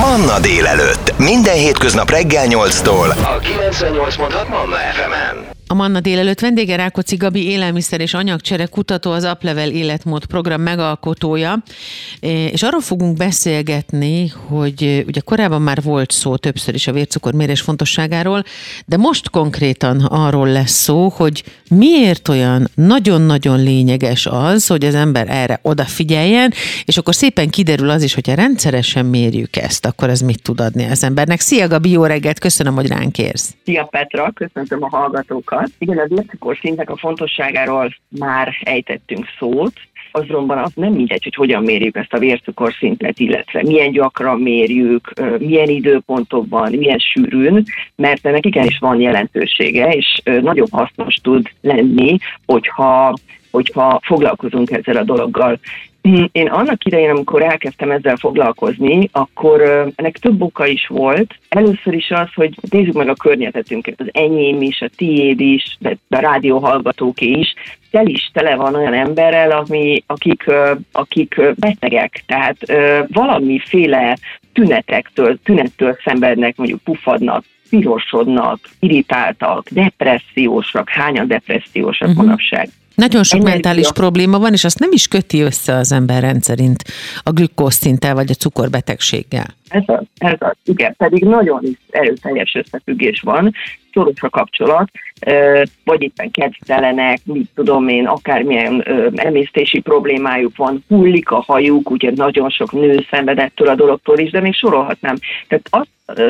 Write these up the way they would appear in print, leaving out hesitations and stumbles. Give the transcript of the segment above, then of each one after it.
Manna délelőtt. Minden hétköznap reggel 8-tól a 98.6 Manna FM-en. A Manna délelőtt vendége Rákóczi Gabi élelmiszer és anyagcsere kutató, az Uplevel életmód program megalkotója, és arról fogunk beszélgetni, hogy ugye korábban már volt szó többször is a vércukormérés fontosságáról, de most konkrétan arról lesz szó, hogy miért olyan nagyon-nagyon lényeges az, hogy az ember erre odafigyeljen, és akkor szépen kiderül az is, hogyha rendszeresen mérjük ezt, akkor ez mit tud adni az embernek. Szia Gabi, jó reggelt, köszönöm, hogy ránk érsz. Szia Petra, köszöntöm a hallgatókat. Igen, a vércukorszintnek a fontosságáról már ejtettünk szót, azonban az nem mindegy, hogy hogyan mérjük ezt a vércukorszintet, illetve milyen gyakran mérjük, milyen időpontokban, milyen sűrűn, mert ennek igenis van jelentősége, és nagyon hasznos tud lenni, hogyha foglalkozunk ezzel a dologgal. Én annak idején, amikor elkezdtem ezzel foglalkozni, akkor ennek több oka is volt. Először is az, hogy nézzük meg a környezetünket, az enyém is, a tiéd is, de a rádióhallgatóké is, tele van olyan emberrel, akik betegek, tehát valamiféle tünettől szenvednek, mondjuk puffadnak, pirosodnak, irritáltak, depressziósak, hányan depressziósak manapság. Nagyon sok mentális probléma van, és azt nem is köti össze az ember rendszerint a glükózszinttel vagy a cukorbetegséggel. Ez az, igen, pedig nagyon is erőteljes összefüggés van, szoros a kapcsolat, vagy éppen kedvtelenek, mit tudom én, akármilyen emésztési problémájuk van, hullik a hajuk, ugye nagyon sok nő szenvedettől a dologtól is, de még sorolhatnám. Tehát azt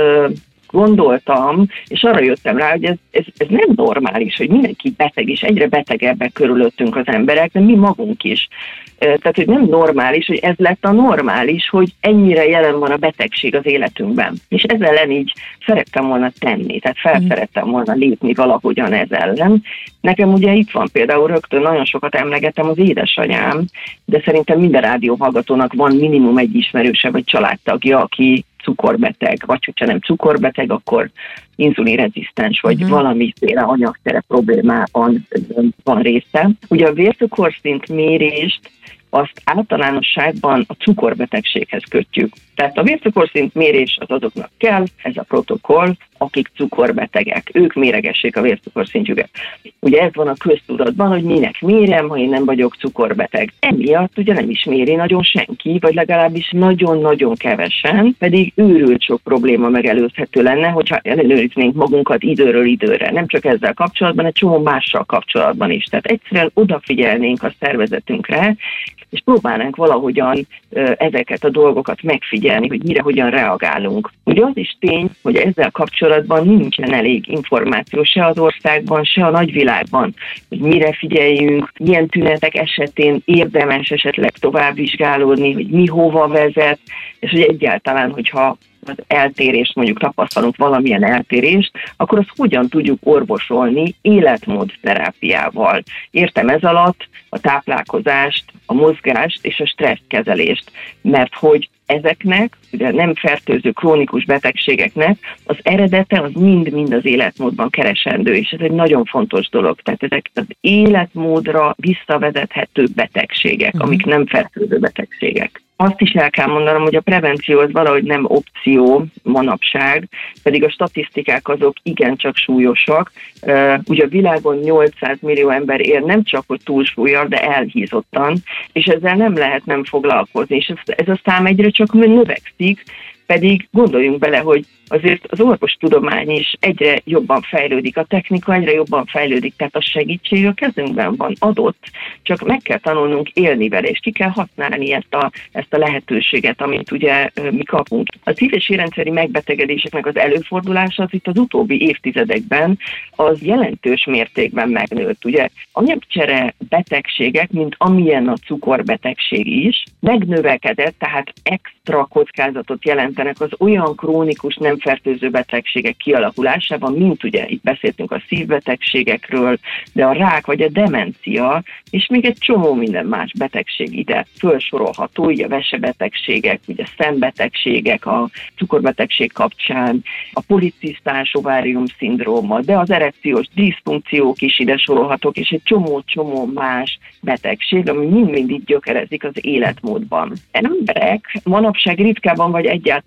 gondoltam, és arra jöttem rá, hogy ez nem normális, hogy mindenki beteg, és egyre betegebbek körülöttünk az emberek, de mi magunk is. Tehát, hogy nem normális, hogy ez lett a normális, hogy ennyire jelen van a betegség az életünkben. És ezzel ellen így szerettem volna tenni, tehát felszerettem volna lépni valahogyan ez ellen. Nekem ugye itt van például rögtön nagyon sokat emlegettem az édesanyám, de szerintem minden rádióhallgatónak van minimum egy ismerőse vagy családtagja, aki cukorbeteg, vagy hogyha nem cukorbeteg, akkor inzulinrezisztens, vagy valamiféle anyagcsere problémában van része. Ugye a vércukorszint mérést azt általánosságban a cukorbetegséghez kötjük. Tehát a vércukorszint mérés az azoknak kell, ez a protokoll, akik cukorbetegek, ők méregessék a vércukorszintjüket. Ugye ez van a köztudatban, hogy minek mérem, ha én nem vagyok cukorbeteg. Emiatt ugye nem is méri nagyon senki, vagy legalábbis nagyon-nagyon kevesen, pedig őrült sok probléma megelőzhető lenne, hogyha ellenőriznénk magunkat időről időre. Nem csak ezzel kapcsolatban, egy csomó mással kapcsolatban is. Tehát egyszerűen odafigyelnénk a szervezetünkre, és próbálnánk valahogyan ezeket a dolgokat megfigyelni, hogy mire hogyan reagálunk. Ugye az is tény, hogy ezzel kapcsolatban nincsen elég információ se az országban, se a nagyvilágban, hogy mire figyeljünk, milyen tünetek esetén érdemes esetleg tovább vizsgálódni, hogy mi hova vezet, és hogy egyáltalán, hogyha az eltérést, mondjuk tapasztalunk valamilyen eltérést, akkor azt hogyan tudjuk orvosolni életmódterápiával. Értem ez alatt a táplálkozást, a mozgást és a stresszkezelést, mert hogy ezeknek, ugye nem fertőző krónikus betegségeknek az eredete az mind-mind az életmódban keresendő, és ez egy nagyon fontos dolog. Tehát ezek az életmódra visszavezethető betegségek, amik nem fertőző betegségek. Azt is el kell mondanom, hogy a prevenció az valahogy nem opció manapság, pedig a statisztikák azok igencsak súlyosak. Ugye a világon 800 millió ember él nem csak hogy túlsúllyal, de elhízottan, és ezzel nem lehet nem foglalkozni, és ez a szám egyre csak növekszik, pedig gondoljunk bele, hogy azért az orvostudomány is egyre jobban fejlődik, a technika egyre jobban fejlődik, tehát a segítség a kezünkben van adott, csak meg kell tanulnunk élni vele, és ki kell használni ezt a lehetőséget, amit ugye mi kapunk. A szív- és érrendszeri megbetegedéseknek az előfordulása az itt az utóbbi évtizedekben az jelentős mértékben megnőtt. Ugye anyagcsere betegségek, mint amilyen a cukorbetegség is, megnövekedett, tehát extra kockázatot jelentenek az olyan krónikus nem fertőző betegségek kialakulásában, mint ugye itt beszéltünk a szívbetegségekről, de a rák vagy a demencia, és még egy csomó minden más betegség ide felsorolható, ugye a vesebetegségek, ugye szembetegségek, a cukorbetegség kapcsán, a policisztás ovárium-szindróma, de az erekciós diszfunkciók is ide sorolhatók, és egy csomó más betegség, ami mind-mind itt gyökerezik az életmódban. Emberek manapság ritkában vagy egyáltalán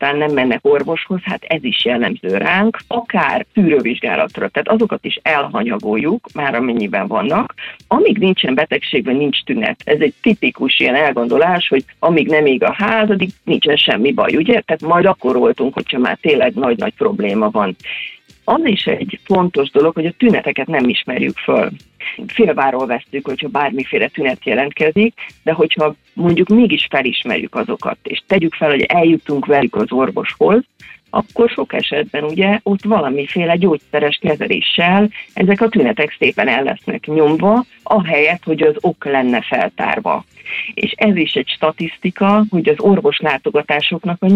aztán nem mennek orvoshoz, hát ez is jellemző ránk, akár szűrővizsgálatra, tehát azokat is elhanyagoljuk, már amennyiben vannak. Amíg nincsen betegségben, nincs tünet. Ez egy tipikus ilyen elgondolás, hogy amíg nem ég a ház, addig nincsen semmi baj, ugye? Tehát majd akkor oltunk, hogyha már tényleg nagy-nagy probléma van. Az is egy fontos dolog, hogy a tüneteket nem ismerjük föl. Félváról vesztük, hogyha bármiféle tünet jelentkezik, de hogyha mondjuk mégis felismerjük azokat, és tegyük fel, hogy eljutunk velük az orvoshoz, akkor sok esetben ugye ott valamiféle gyógyszeres kezeléssel ezek a tünetek szépen el lesznek nyomva, ahelyett, hogy az ok lenne feltárva. És ez is egy statisztika, hogy az orvoslátogatásoknak a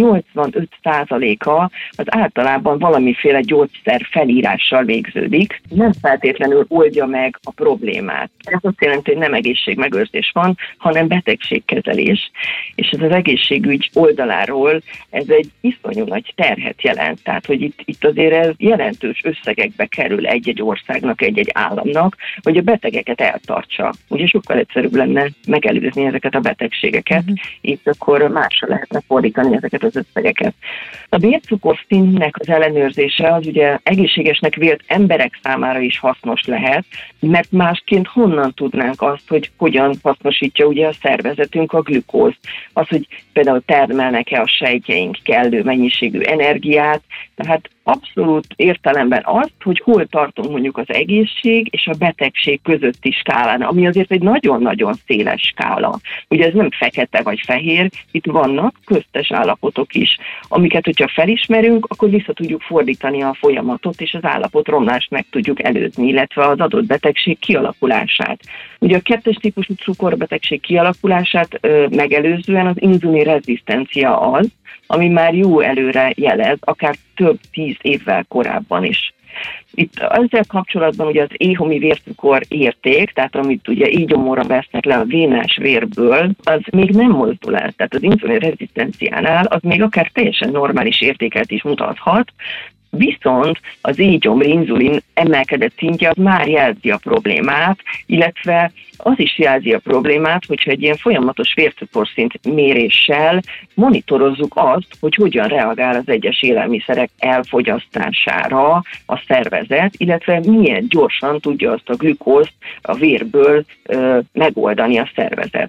85%-a az általában valamiféle gyógyszer felírással végződik, nem feltétlenül oldja meg a problémát. Ez azt jelenti, hogy nem egészségmegőrzés van, hanem betegségkezelés, és ez az egészségügy oldaláról ez egy iszonyú nagy terhet jelent, tehát hogy itt azért ez jelentős összegekbe kerül egy-egy országnak, egy-egy államnak, hogy a betegeket eltartsa. Ugye sokkal egyszerűbb lenne megelőzni ezeket a betegségeket, itt akkor másra lehetne fordítani ezeket az összegeket. A vércukorszintnek az ellenőrzése az ugye egészségesnek vélt emberek számára is hasznos lehet, mert másként honnan tudnánk azt, hogy hogyan hasznosítja ugye a szervezetünk a glükózt. Az, hogy például termelnek-e a sejtjeink kellő mennyiségű energiát, tehát abszolút értelemben azt, hogy hol tartunk mondjuk az egészség és a betegség közötti skálán, ami azért egy nagyon-nagyon széles skála. Ugye ez nem fekete vagy fehér, itt vannak köztes állapotok is, amiket, hogyha felismerünk, akkor vissza tudjuk fordítani a folyamatot, és az állapot romlást meg tudjuk előzni, illetve az adott betegség kialakulását. Ugye a 2-es típusú cukorbetegség kialakulását megelőzően az inzulin rezisztencia az, ami már jó előre jelez, akár több 10 évvel korábban is. Itt ezzel kapcsolatban ugye az éhomi vércukor érték, tehát amit ugye ígyomóra vesznek le a vénás vérből, az még nem mozdul el. Tehát az inzulin rezisztenciánál az még akár teljesen normális értéket is mutathat, viszont az ígyomri inzulin emelkedett szintje az már jelzi a problémát, illetve az is jelzi a problémát, hogyha egy ilyen folyamatos vércukorszint méréssel monitorozzuk azt, hogy hogyan reagál az egyes élelmiszerek elfogyasztására a szervezet, illetve milyen gyorsan tudja azt a glükózt a vérből megoldani a szervezet.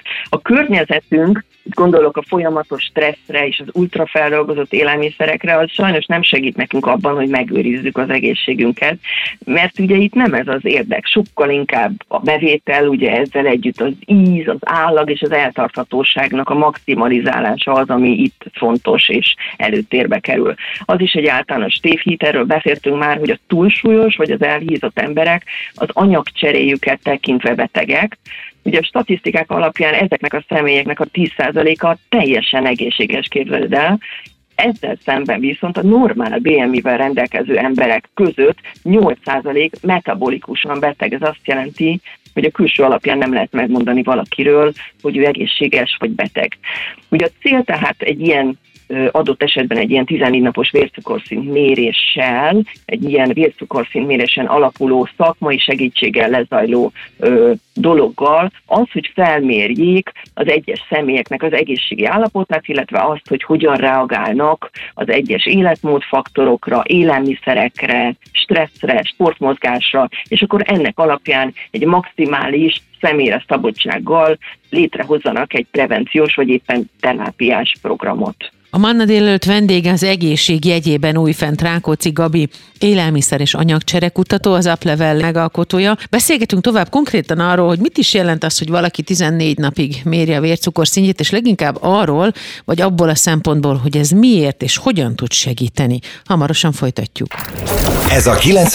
A környezetünk, gondolok a folyamatos stresszre és az ultrafeldolgozott élelmiszerekre, az sajnos nem segít nekünk abban, hogy megőrizzük az egészségünket, mert ugye itt nem ez az érdek, sokkal inkább a bevétel, ugye ezzel együtt az íz, az állag és az eltarthatóságnak a maximalizálása az, ami itt fontos és előtérbe kerül. Az is egy általános tévhit, erről beszéltünk már, hogy a túlsúlyos vagy az elhízott emberek az anyagcseréjüket tekintve betegek. Ugye a statisztikák alapján ezeknek a személyeknek a 10%-a teljesen egészséges, képzeld el. Ezzel szemben viszont a normál BMI-vel rendelkező emberek között 8% metabolikusan beteg. Ez azt jelenti, hogy a külső alapján nem lehet megmondani valakiről, hogy ő egészséges vagy beteg. Ugye a cél tehát egy ilyen adott esetben egy ilyen 14 napos vércukorszint méréssel, egy ilyen vércukorszint mérésen alapuló szakmai segítséggel lezajló dologgal az, hogy felmérjék az egyes személyeknek az egészségi állapotát, illetve azt, hogy hogyan reagálnak az egyes életmódfaktorokra, élelmiszerekre, stresszre, sportmozgásra, és akkor ennek alapján egy maximális személyre szabadsággal létrehozzanak egy prevenciós vagy éppen terápiás programot. A Manna délelőtt vendége az egészség jegyében Újfent Rákóczi Gabi, élelmiszer- és anyagcserekutató, az UpLevel megalkotója. Beszélgetünk tovább konkrétan arról, hogy mit is jelent az, hogy valaki 14 napig méri a vércukorszintjét, és leginkább arról, vagy abból a szempontból, hogy ez miért és hogyan tud segíteni. Hamarosan folytatjuk. Ez a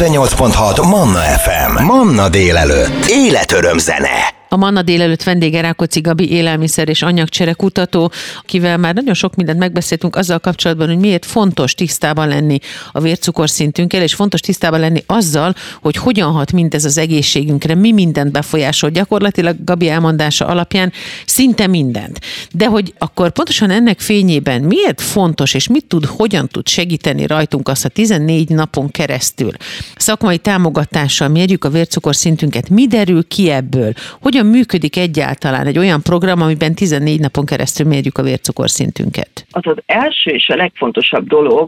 98.6 Manna FM. Manna délelőtt. Életöröm zene. A Manna délelőtt vendége Rákóczi Gabi, élelmiszer- és anyagcserekutató, akivel már nagyon sok mindent megbeszéltünk azzal kapcsolatban, hogy miért fontos tisztában lenni a vércukorszintünkkel, és fontos tisztában lenni azzal, hogy hogyan hat mindez az egészségünkre, mi mindent befolyásol. Gyakorlatilag Gabi elmondása alapján szinte mindent. De hogy akkor pontosan ennek fényében miért fontos, és hogyan tud segíteni rajtunk azt a 14 napon keresztül szakmai támogatással mérjük a vércukorszintünket, mi derül ki ebből, hogyan hogyan működik egyáltalán egy olyan program, amiben 14 napon keresztül mérjük a vércukorszintünket? Az az első és a legfontosabb dolog,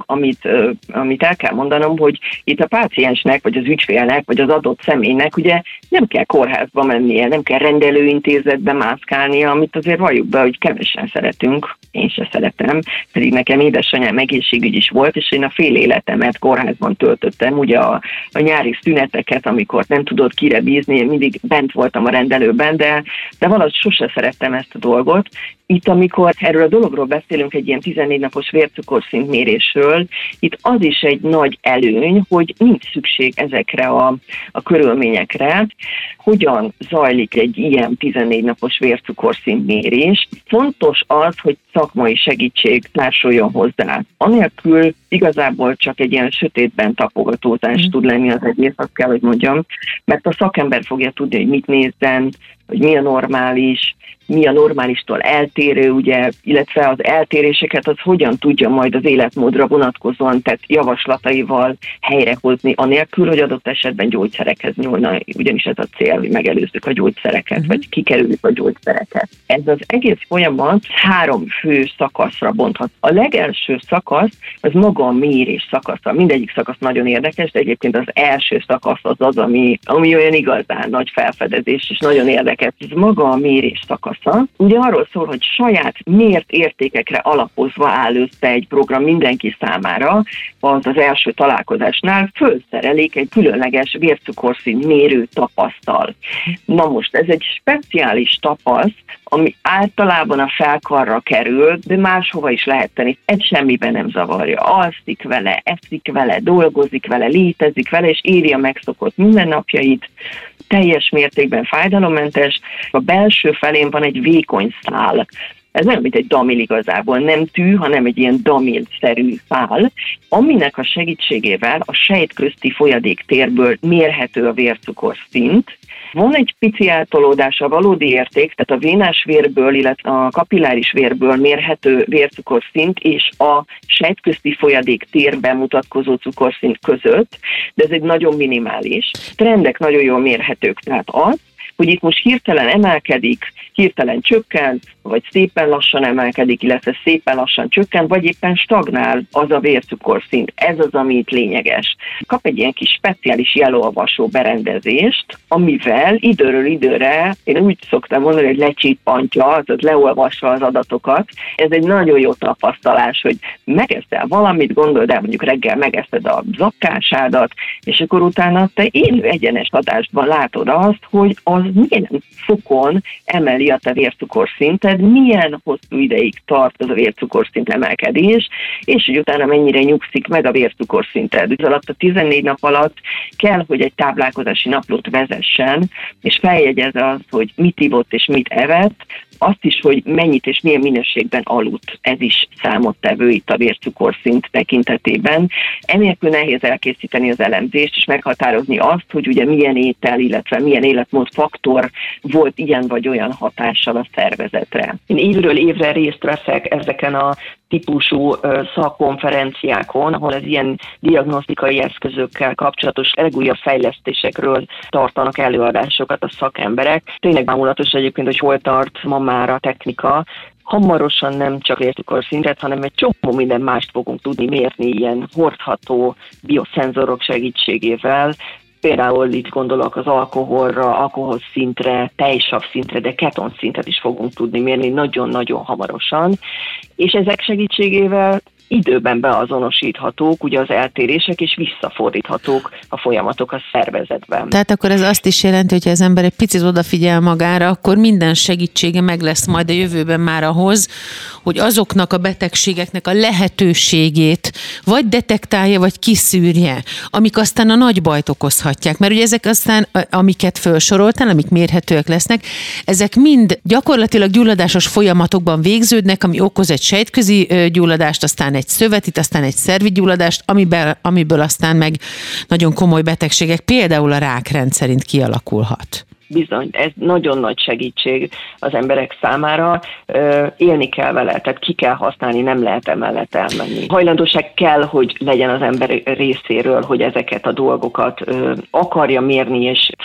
amit el kell mondanom, hogy itt a páciensnek, vagy az ügyfélnek, vagy az adott személynek ugye nem kell kórházba mennie, nem kell rendelőintézetbe mászkálnia, amit azért valljuk be, hogy kevesen szeretünk, én se szeretem, pedig nekem édesanyám egészségügy is volt, és én a fél életemet kórházban töltöttem, ugye a nyári szüneteket, amikor nem tudod kire bízni, én mindig bent voltam a rendelőben, de valahogy sose szerettem ezt a dolgot. Itt, amikor erről a dologról beszélünk, egy ilyen 14 napos vércukorszintmérésről, itt az is egy nagy előny, hogy nincs szükség ezekre a körülményekre. Hogyan zajlik egy ilyen 14 napos vércukorszintmérés? Fontos az, hogy szakmai segítség társuljon hozzá. Anélkül igazából csak egy ilyen sötétben tapogatózás tud lenni az egész, azt kell, hogy mondjam, mert a szakember fogja tudni, hogy mit nézzen, hogy mi a normális, mi a normálistól eltérő, ugye, illetve az eltéréseket az hogyan tudja majd az életmódra vonatkozóan, tehát javaslataival helyrehozni, anélkül, hogy adott esetben gyógyszerekhez nyúlna, ugyanis ez a cél, hogy megelőzzük a gyógyszereket, vagy kikerüljük a gyógyszereket. Ez az egész folyamat 3 fő szakaszra bonthat. A legelső szakasz az maga a mérés szakasza. Mindegyik szakasz nagyon érdekes, de egyébként az első szakasz az, ami olyan igazán nagy felfedezés, és nagyon érdekes. Ez maga a mérés szakasza. Ugye arról szól, hogy saját mért értékekre alapozva áll össze egy program mindenki számára, az első találkozásnál fölszerelik egy különleges vércukorszint mérő tapasztal. Na most ez egy speciális tapasz, ami általában a felkarra kerül, de máshova is lehet tenni. Egy semmiben nem zavarja. Alszik vele, eszik vele, dolgozik vele, létezik vele, és éli a megszokott mindennapjait, teljes mértékben fájdalommentes. A belső felén van egy vékony szál. Ez nem mint egy damil igazából, nem tű, hanem egy ilyen damil-szerű szál, aminek a segítségével a sejtközti folyadéktérből mérhető a vércukorszint. Van egy pici eltolódás, a valódi érték, tehát a vénás vérből, illetve a kapilláris vérből mérhető vércukorszint és a sejtközti folyadéktérben mutatkozó cukorszint között, de ez egy nagyon minimális. Trendek nagyon jól mérhetők, tehát az, hogy itt most hirtelen emelkedik, hirtelen csökken, vagy szépen lassan emelkedik, illetve szépen lassan csökken, vagy éppen stagnál az a vércukorszint. Ez az, ami itt lényeges. Kap egy ilyen kis speciális jelolvasó berendezést, amivel időről időre, én úgy szoktam mondani, hogy lecsippantja, azaz leolvassa az adatokat. Ez egy nagyon jó tapasztalás, hogy megeszel valamit, gondold el, mondjuk reggel megeszed a zakkásádat, és akkor utána te élő egyenes adásban látod azt, hogy az milyen fokon emeli a te vércukorszinted, milyen hosszú ideig tart az a vércukorszint emelkedés, és hogy utána mennyire nyugszik meg a vércukorszinted. Ez alatt a 14 nap alatt kell, hogy egy táplálkozási naplót vezessen, és feljegyezze azt, hogy mit ivott és mit evett, azt is, hogy mennyit és milyen minőségben aludt. Ez is számottevő itt a vércukorszint tekintetében. Enélkül nehéz elkészíteni az elemzést, és meghatározni azt, hogy ugye milyen étel, illetve milyen életmódfaktor volt ilyen vagy olyan hatással a szervezetre. Én évről évre részt veszek ezeken a típusú szakkonferenciákon, ahol az ilyen diagnosztikai eszközökkel kapcsolatos legújabb fejlesztésekről tartanak előadásokat a szakemberek. Tényleg bámulatos egyébként, hogy hol tart ma már a technika. Hamarosan nem csak vércukorszintet, hanem egy csomó minden mást fogunk tudni mérni ilyen hordható bioszenzorok segítségével. Például itt gondolok az alkoholra, alkoholszintre, tejsavszintre, de ketonszintet is fogunk tudni mérni nagyon-nagyon hamarosan. És ezek segítségével időben beazonosíthatók ugye az eltérések, és visszafordíthatók a folyamatok a szervezetben. Tehát akkor ez azt is jelenti, hogy ha az ember egy picit odafigyel magára, akkor minden segítsége meg lesz majd a jövőben már ahhoz, hogy azoknak a betegségeknek a lehetőségét vagy detektálja, vagy kiszűrje, amik aztán a nagy bajt okozhatják. Mert ugye ezek aztán, amiket felsoroltál, amik mérhetőek lesznek, ezek mind gyakorlatilag gyulladásos folyamatokban végződnek, ami okoz egy sejtközi gyulladást, aztán egy szövetit, aztán egy szervigyulladást, amiből aztán meg nagyon komoly betegségek, például a rák rendszerint kialakulhat. Bizony, ez nagyon nagy segítség az emberek számára, élni kell vele, tehát ki kell használni, nem lehet emellett elmenni. Hajlandóság kell, hogy legyen az ember részéről, hogy ezeket a dolgokat akarja mérni és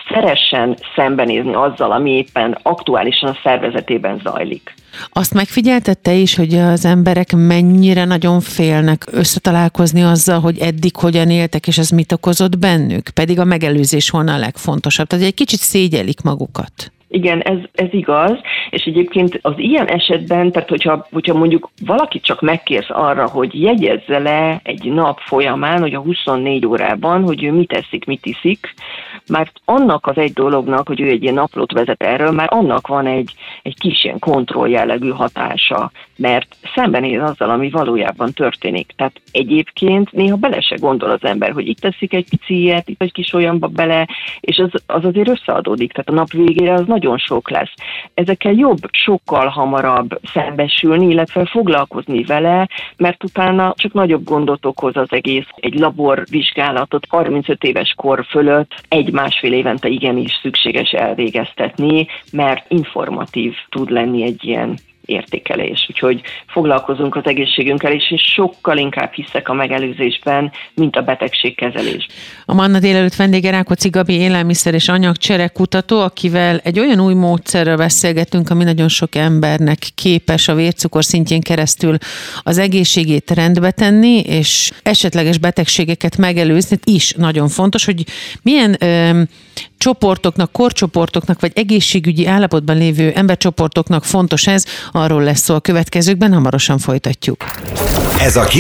szeressen szembenézni azzal, ami éppen aktuálisan a szervezetében zajlik. Azt megfigyelted te is, hogy az emberek mennyire nagyon félnek összetalálkozni azzal, hogy eddig hogyan éltek, és ez mit okozott bennük? Pedig a megelőzés volna a legfontosabb. Tehát egy kicsit szégyelik magukat. Igen, ez igaz, és egyébként az ilyen esetben, tehát hogyha mondjuk valakit csak megkérsz arra, hogy jegyezze le egy nap folyamán, hogy a 24 órában, hogy ő mit eszik, mit iszik, már annak az egy dolognak, hogy ő egy ilyen naplót vezet erről, már annak van egy kis ilyen kontrolljellegű hatása, mert szembenéz azzal, ami valójában történik. Tehát egyébként néha bele se gondol az ember, hogy itt teszik egy pici ilyet, itt egy kis olyanba bele, és az azért összeadódik, tehát a nap végére az nagyon sok lesz. Ezekkel jobb sokkal hamarabb szembesülni, illetve foglalkozni vele, mert utána csak nagyobb gondot okoz az egész. Egy laborvizsgálatot 35 éves kor fölött 1-1,5 évente igenis szükséges elvégeztetni, mert informatív tud lenni egy ilyen értékelés. Úgyhogy foglalkozunk az egészségünkkel, és sokkal inkább hiszek a megelőzésben, mint a betegségkezelésben. A Manna délelőtt vendége Rákóczi Gabi élelmiszer- és anyagcsere kutató, akivel egy olyan új módszerről beszélgetünk, ami nagyon sok embernek képes a vércukor szintjén keresztül az egészségét rendbe tenni, és esetleges betegségeket megelőzni is nagyon fontos, hogy milyen csoportoknak, korcsoportoknak, vagy egészségügyi állapotban lévő embercsoportoknak fontos ez, arról lesz szó a következőkben, hamarosan folytatjuk. Ez a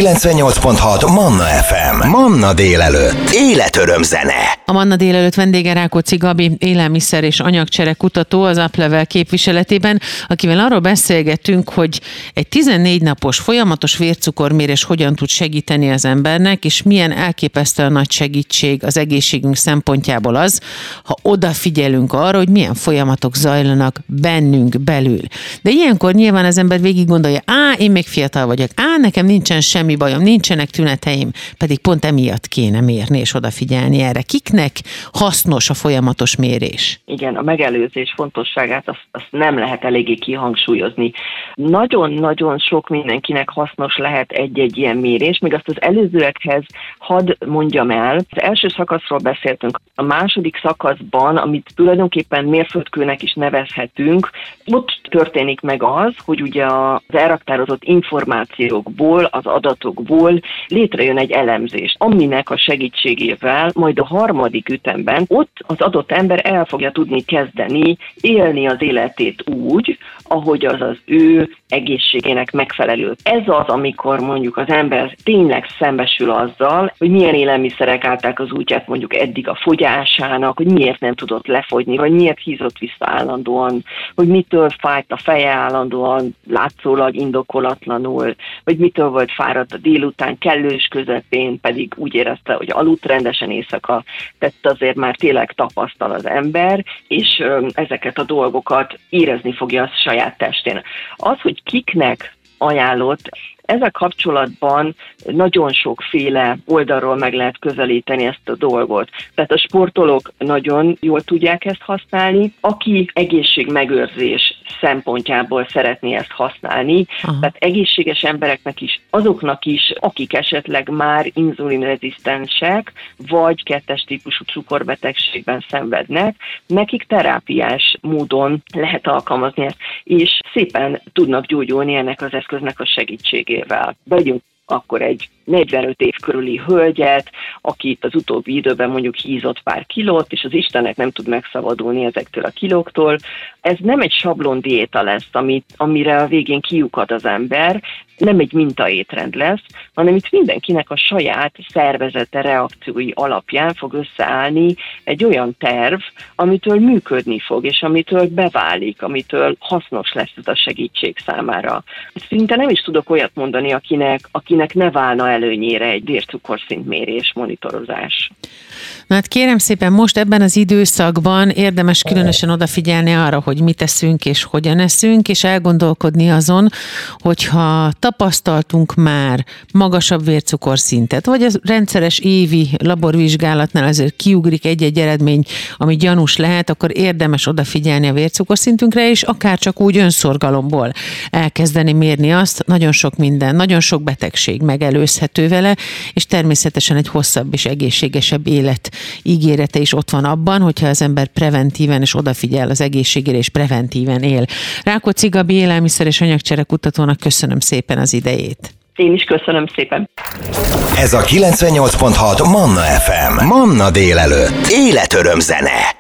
98.6 Manna FM. Manna délelőtt. Életöröm zene. A Manna délelőtt vendége Rákóczi Gabi élelmiszer- és anyagcsere kutató az UpLevel képviseletében, akivel arról beszélgetünk, hogy egy 14 napos folyamatos vércukormérés hogyan tud segíteni az embernek, és milyen elképesztően nagy segítség az egészségünk szempontjából az, ha odafigyelünk arra, hogy milyen folyamatok zajlanak bennünk belül. De ilyenkor nyilván az ember végig gondolja, én még fiatal vagyok, nekem nincsen semmi bajom, nincsenek tüneteim, pedig pont emiatt kéne mérni és odafigyelni erre. Kiknek hasznos a folyamatos mérés? Igen, a megelőzés fontosságát azt nem lehet eléggé kihangsúlyozni. Nagyon-nagyon sok mindenkinek hasznos lehet egy-egy ilyen mérés, még azt az előzőekhez hadd mondjam el. Az első szakaszról beszéltünk, a második szakaszban, amit tulajdonképpen mérföldkőnek is nevezhetünk, ott történik meg az, hogy ugye az elraktározott információkból, az adatokból létrejön egy elemzés, aminek a segítségével majd a harmadik ütemben ott az adott ember el fogja tudni kezdeni élni az életét úgy, ahogy az az ő egészségének megfelelő. Ez az, amikor mondjuk az ember tényleg szembesül azzal, hogy milyen élelmiszerek állták az útját mondjuk eddig a fogyásának, hogy miért nem tudott lefogyni, vagy miért hízott vissza állandóan, hogy mitől fájt a feje állandóan, látszólag indokolatlanul, vagy mitől volt fáradt a délután kellős közepén, pedig úgy érezte, hogy aludt rendesen éjszaka, tehát azért már tényleg tapasztal az ember, és ezeket a dolgokat érezni fogja a saját testén. Az, hogy kiknek ajánlott, ezzel kapcsolatban nagyon sokféle oldalról meg lehet közelíteni ezt a dolgot. Tehát a sportolók nagyon jól tudják ezt használni, aki egészségmegőrzés szempontjából szeretné ezt használni, tehát egészséges embereknek is, azoknak is, akik esetleg már inzulinrezisztensek, vagy 2-es típusú cukorbetegségben szenvednek, nekik terápiás módon lehet alkalmazni ezt, és szépen tudnak gyógyulni ennek az eszköznek a segítségével. Vegyünk akkor egy 45 év körüli hölgyet, aki itt az utóbbi időben mondjuk hízott pár kilót, és az Istennek nem tud megszabadulni ezektől a kilóktól. Ez nem egy sablon diéta lesz, amire a végén kiukad az ember, nem egy mintaétrend lesz, hanem itt mindenkinek a saját szervezete reakciói alapján fog összeállni egy olyan terv, amitől működni fog, és amitől beválik, amitől hasznos lesz ez a segítség számára. Szinte nem is tudok olyat mondani, akinek ne válna előnyére egy vércukorszintmérés, monitorozás. Na hát kérem szépen, most ebben az időszakban érdemes különösen odafigyelni arra, hogy mit eszünk és hogyan eszünk, és elgondolkodni azon, hogyha tapasztaltunk már magasabb vércukorszintet, vagy a rendszeres évi laborvizsgálatnál azért kiugrik egy-egy eredmény, ami gyanús lehet, akkor érdemes odafigyelni a vércukorszintünkre, és akár csak úgy önszorgalomból elkezdeni mérni azt. Nagyon sok minden, nagyon sok betegség megelőzhető vele, és természetesen egy hosszabb és egészségesebb élet ígérete is ott van abban, hogyha az ember preventíven és odafigyel az egészségére, és preventíven él. Rákóczi Gabi élelmiszer- és anyagcsere kutatónak köszönöm szépen az idejét. Én is köszönöm szépen. Ez a 98.6 Manna FM. Manna délelőtt. Életöröm zene.